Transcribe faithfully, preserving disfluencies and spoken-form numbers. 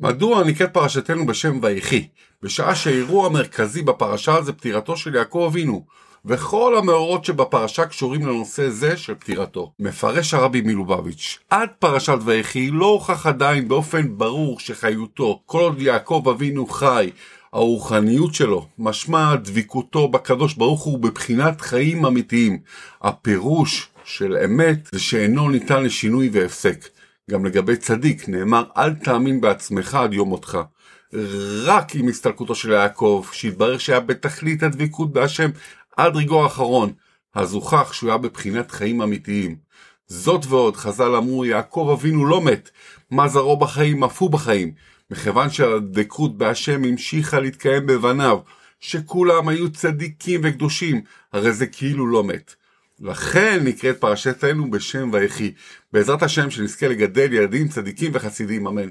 מדוע נקראת פרשתנו בשם ויחי? בשעה שהאירוע המרכזי בפרשה זה פטירתו של יעקב אבינו, וכל המאורות שבפרשה קשורים לנושא זה של פטירתו. מפרש הרבי מלובביץ', עד פרשת ויחי לא הוכח עדיין באופן ברור שחיותו, כל עוד יעקב אבינו חי, הרוחניות שלו, משמע דביקותו בקדוש ברוך הוא בבחינת חיים אמיתיים. הפירוש של אמת זה שאינו ניתן לשינוי והפסק. גם לגבי צדיק נאמר, אל תאמין בעצמך עד יום מותך. רק עם הסתלקותו של יעקב, שהתברר שהיה בתכלית הדביקות בהשם עד רגעו האחרון, אז הוכח שהוא היה בבחינת חיים אמיתיים. זאת ועוד, חז"ל אמרו, יעקב אבינו לא מת, מה זרעו בחיים אף הוא בחיים, מכיוון שהדבקות בהשם המשיכה להתקיים בבניו, שכולם היו צדיקים וקדושים, הרי זה כאילו לא מת. לכן נקראת פרשתנו בשם ויחי. בעזרת השם שנזכה לגדל ילדים צדיקים וחסידים, אמן.